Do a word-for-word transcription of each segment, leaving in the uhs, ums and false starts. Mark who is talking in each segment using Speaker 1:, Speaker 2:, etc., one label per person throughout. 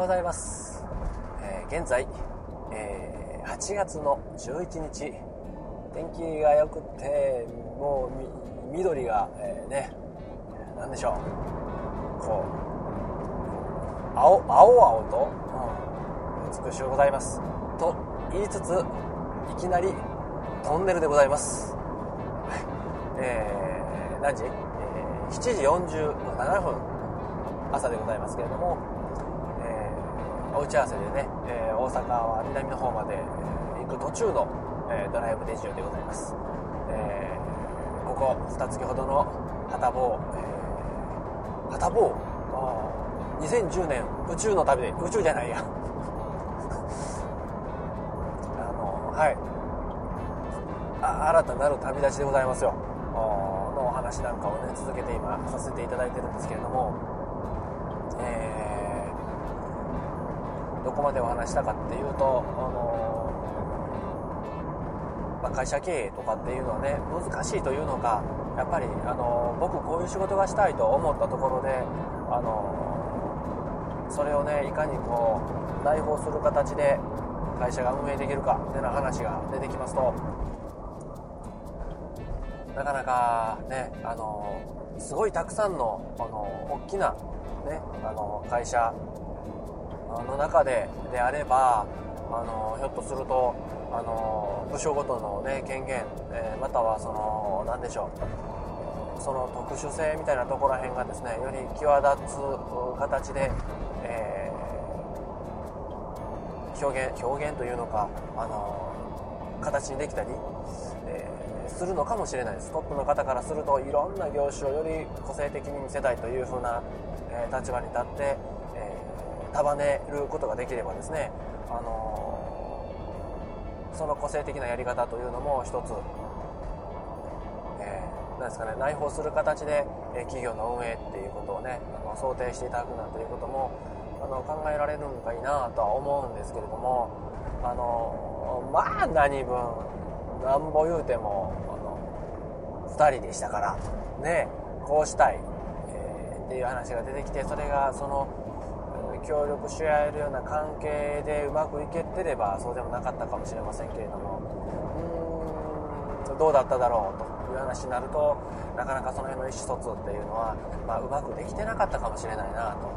Speaker 1: ございます。えー、現在、えー、はちがつのじゅういちにち、天気が良くてもうみ緑が、えー、ね、なんでしょう、こう青青々と、うん、美しゅうございますと言いつつ、いきなりトンネルでございます。えー、何時、えー、しちじよんじゅうななふん朝でございますけれども、えー、お打ち合わせでね、えー、大阪は南の方まで行く途中の、えー、ドライブデジオでございます。えー、ここにかげつほどのはたぼう、えー、はたぼうにせんじゅうねん宇宙の旅で、宇宙じゃないやあのはいあ新たなる旅立ちでございますよのお話なんかをね続けて今させていただいてるんですけれども、えー、どこまでお話したかっていうと、あのーまあ、会社経営とかっていうのはね難しいというのか、やっぱり、あのー、僕こういう仕事がしたいと思ったところで、あのー、それをねいかにこう内包する形で会社が運営できるかっていうような話が出てきますと、なかなかね、あのすごいたくさんの、あの大きな、ね、あの会社の中でであれば、あのひょっとすると、あの部署ごとの、ね、権限、えー、またはその何でしょう、その特殊性みたいなところら辺がですねより際立つ形で、えー、表現表現というのか、あの形にできたり、えーするのかもしれないです。トップの方からするといろんな業種をより個性的に見せたいという風な、えー、立場に立って、えー、束ねることができればですね、あのー、その個性的なやり方というのも一つ、えー、なんですかね、内包する形で、えー、企業の運営っていうことをね、あの想定していただくなんていうこともあの考えられるのがいいなとは思うんですけれども、あのー、まあ何分なんぼ言うてもあのふたりでしたからね、こうしたい、えー、っていう話が出てきて、それがその協力し合えるような関係でうまくいけてればそうでもなかったかもしれませんけれども、うーんどうだっただろうという話になると、なかなかその辺の意思疎通っていうのは、まあ、うまくできてなかったかもしれないなと。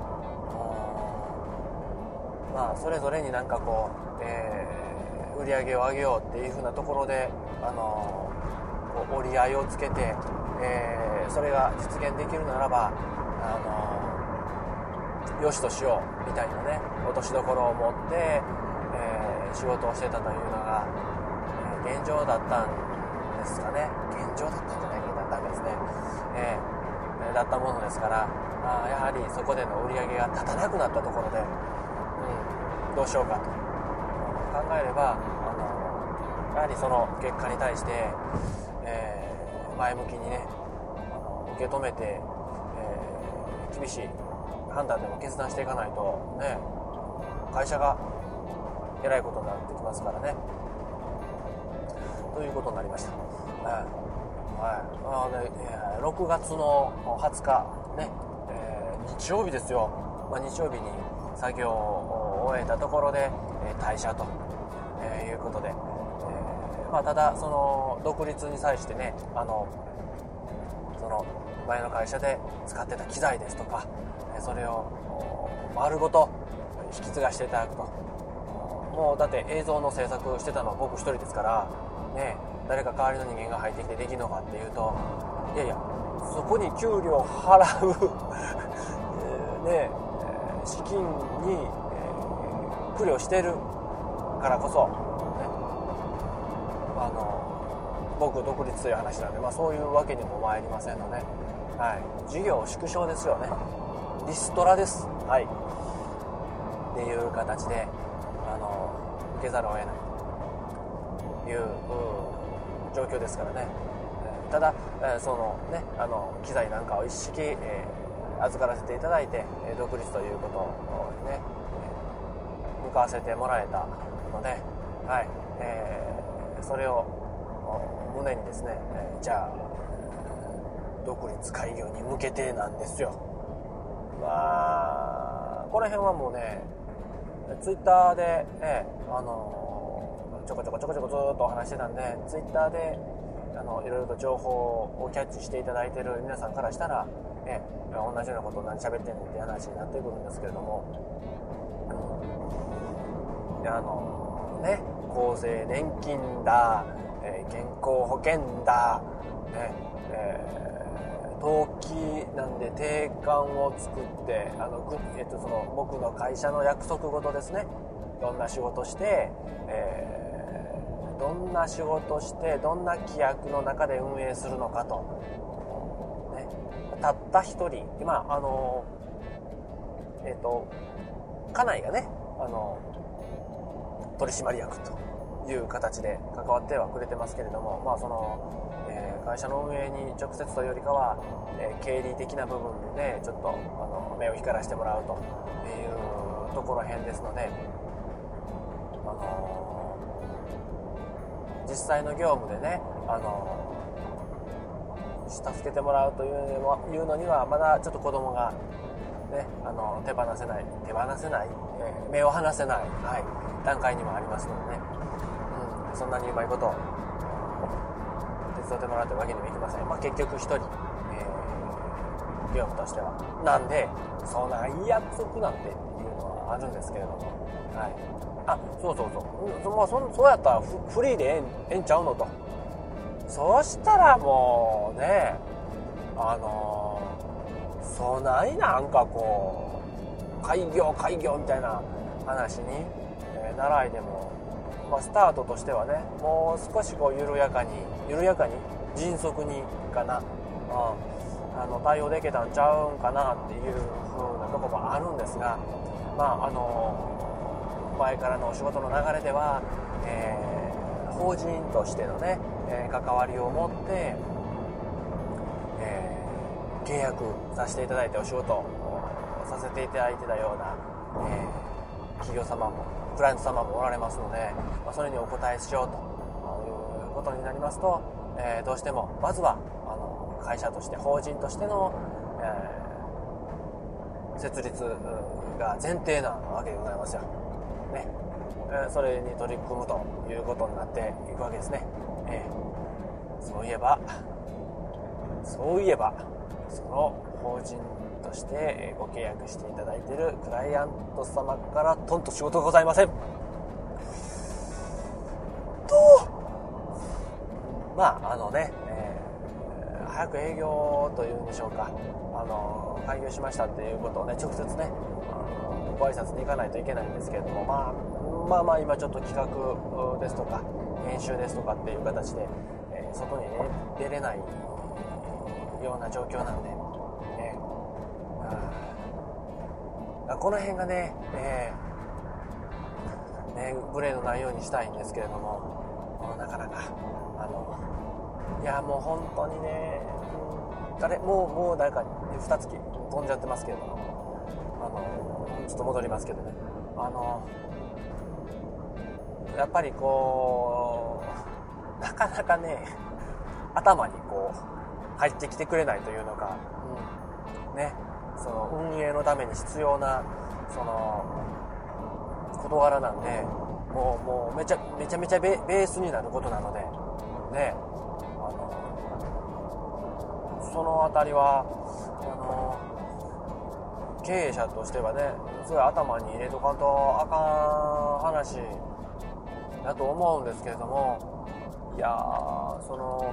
Speaker 1: まあそれぞれになんかこう、えー売り上げを上げようっていう風なところで、あのー、折り合いをつけて、えー、それが実現できるならば、あのー、よしとしようみたいなね落としどころを持って、えー、仕事をしてたというのが、えー、現状だったんですかね。現状だったんじゃないかな、ダメですね、えー、だったものですから、あやはりそこでの売り上げが立たなくなったところで、うん、どうしようかと考えれば、あのやはりその結果に対して、えー、前向きにね、あの受け止めて、えー、厳しい判断でも決断していかないとね、会社がえらいことになってきますからね、ということになりました。はいはい、あのね、ろくがつのはつかね、えー、日曜日ですよ。まあ、日曜日に作業を終えたところで、えー、退社と、えー、いうことで、えーまあ、ただその独立に際してね、あのその前の会社で使ってた機材ですとか、それを丸ごと引き継がしていただくと。もうだって映像の制作してたのは僕一人ですからね、誰か代わりの人間が入ってきてできるのかっていうと、いやいやそこに給料払うね、資金に、えー、苦慮してるからこそ、ね、あの僕独立という話なんで、まあ、そういうわけにも参りませんので、はい、事業縮小ですよね。リストラです、はい、っていう形であの受けざるを得ないという状況ですからね。ただそのね、あの機材なんかを一式、えー、預からせていただいて独立ということにね向かわせてもらえたので、はい、えー、それを胸にですね、えー、じゃあ独立開業に向けてなんですよ。まあこの辺はもうね、 ー、ツイッターで、えー、あのー、ちょこちょこちょこちょこずっとお話してたんで、ツイッターであのいろいろと情報をキャッチしていただいている皆さんからしたら、えー、同じようなことを何喋ってんねんって話になってくるんですけれども、うん、であのね厚生年金だ、えー、健康保険だ、ねえー、登記なんで定款を作ってあの、えー、とその僕の会社の約束事ですね、どんな仕事して、えー、どんな仕事してどんな規約の中で運営するのかと、ね、たった一人今あのえっ、ー、と家内がねあの取締役という形で関わってはくれてますけれども、まあその、えー、会社の運営に直接というよりかは、えー、経理的な部分でちょっとあの目を光らせてもらうというところへんですので、あのー、実際の業務でね、あのー、助けてもらうというのにはまだちょっと子供がね、あの手放せない手放せない、えー、目を離せない、はい、段階にもありますのでね、うん、そんなにうまいこと手伝ってもらうというわけにもいきません。まあ、結局一人、えー、業務としてはなんでそんな約束なんてっていうのはあるんですけれども、はい、あそうそうそう、まあ、そ, そうやったら フ, フリーでええ ん, ええんちゃうのと、そうしたらもうねあのーそうないなんかこう開業開業みたいな話に、えー、習いでも、まあ、スタートとしてはねもう少しこう緩やかに緩やかに迅速にかな、うん、あの対応できたんちゃうんかなっていう風なとこもあるんですが、まああの前からのお仕事の流れでは、えー、法人としてのね、えー、関わりを持って契約させていただいてお仕事をさせていただいてたような、えー、企業様もクライアント様もおられますので、まあ、それにお答えしようということになりますと、えー、どうしてもまずはあの会社として法人としての、えー、設立が前提なわけでございますよ、ねえー、それに取り組むということになっていくわけですね、えー、そういえばそういえばその法人としてご契約していただいているクライアント様からとんと仕事がございませんと、まああのね、えー、早く営業というんでしょうか、あの開業しましたっていうことをね直接ねあのご挨拶に行かないといけないんですけれども、まあ、まあまあ今ちょっと企画ですとか編集ですとかっていう形で、えー、外に、ね、出れないような状況なんで、ね、あこの辺がね、えー、ね無礼のないようにしたいんですけれども、なかなかあのいやもう本当にね、うん、あれもうもうなんかにがつ飛んじゃってますけれども、あのちょっと戻りますけどね、あのやっぱりこうなかなかね頭にこう入ってきてくれないというのか、うん、ね、その運営のために必要なその事柄なんで、もうもうめちゃめちゃめちゃ ベ, ベースになることなので、ね、あのそのあたりはあの経営者としてはね、すごい頭に入れとかんとあかん話だと思うんですけれども、いやーその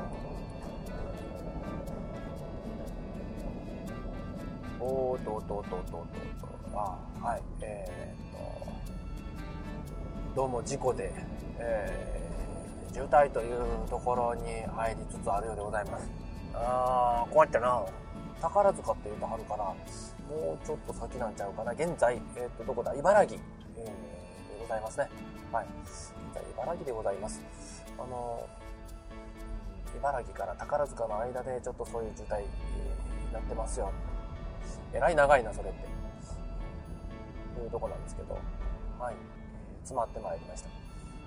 Speaker 1: おーととととととあはいえー、っとどうも事故で、えー、渋滞というところに入りつつあるようでございます。あーこうやってな宝塚って言うとはるからもうちょっと先なんちゃうかな。現在、えー、っとどこだ茨城、えー、でございますね。はい現在茨城でございます。あの茨城から宝塚の間でちょっとそういう渋滞になってますよ。えらい長いなそれっていうとこなんですけど、はい、詰まってまいりました。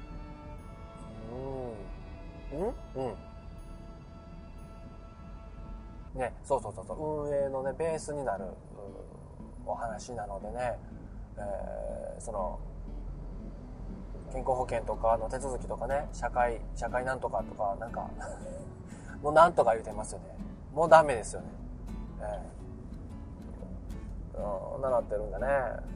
Speaker 1: うーんうんうんね、そうそうそうそう運営のねベースになるお話なのでね、えー、その健康保険とかの手続きとかね、社会社会なんとかとかなんかもうなんとか言うてますよね。もうダメですよね。えー、うん、ななってるんだね。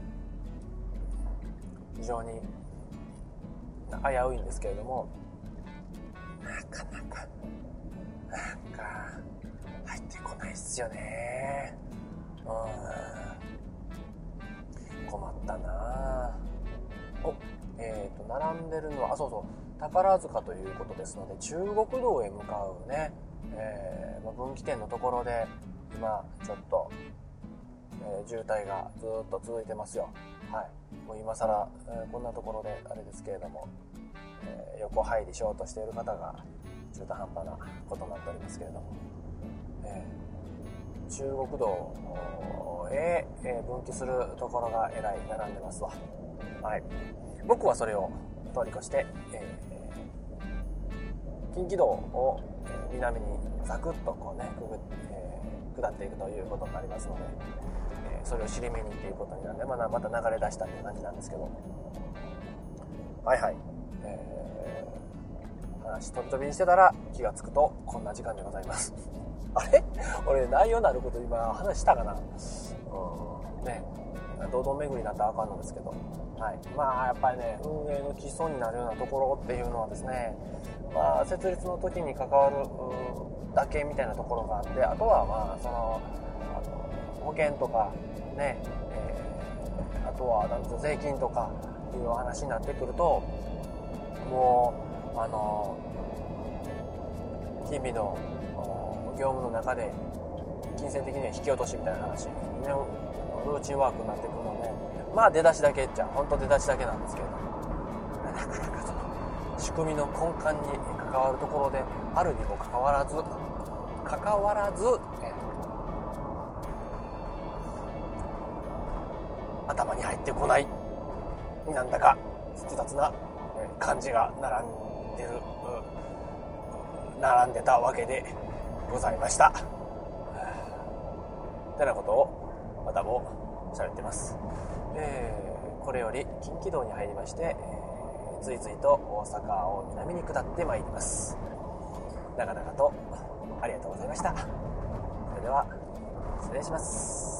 Speaker 1: 非常に危ういんですけれども、なかなかなんか入ってこないっすよね。うん、困ったな。お、えーと並んでるのは、あ、そうそう、宝塚ということですので、中国道へ向かうね、えーまあ、分岐点のところで今ちょっと、えー、渋滞がずっと続いてますよ。はい、もう今更、えー、こんなところであれですけれども、えー、横入りしようとしている方が中途半端なことになっておりますけれども、えー、中国道へ、えー、分岐するところがえらい並んでますわ。はい、僕はそれを通り越して、えー、近畿道を南にザクッとこうねくぐ、えー、下っていくということになりますので、えー、それを尻目にっていうことになるので、まだまた流れ出したっていう感じなんですけど、はいはい、えー、話飛び飛びにしてたら気がつくとこんな時間でございます。あれ俺内容のあること今話したかな。うんね、堂々巡りになったらあかんのですけど、はい、まあやっぱりね、運営の基礎になるようなところっていうのはですね、まあ設立の時に関わるだけみたいなところがあって、あとはまあその、あの保険とかね、えー、あとはなんていう税金とかいうお話になってくると、もうあの日々の業務の中で金銭的には引き落としみたいな話、ね、ルーチンワークになってくるので、まあ出だしだけっちゃ本当出だしだけなんですけど、なかなかその仕組みの根幹に関わるところであるにもかかわらずかかわらず、えー、頭に入ってこない、なんだか複雑な感じが並んでる並んでたわけでございました。てなことをまたも喋ってます。えー、これより近畿道に入りまして、えー、ついついと大阪を南に下ってまいります。長々とありがとうございました。それでは失礼します。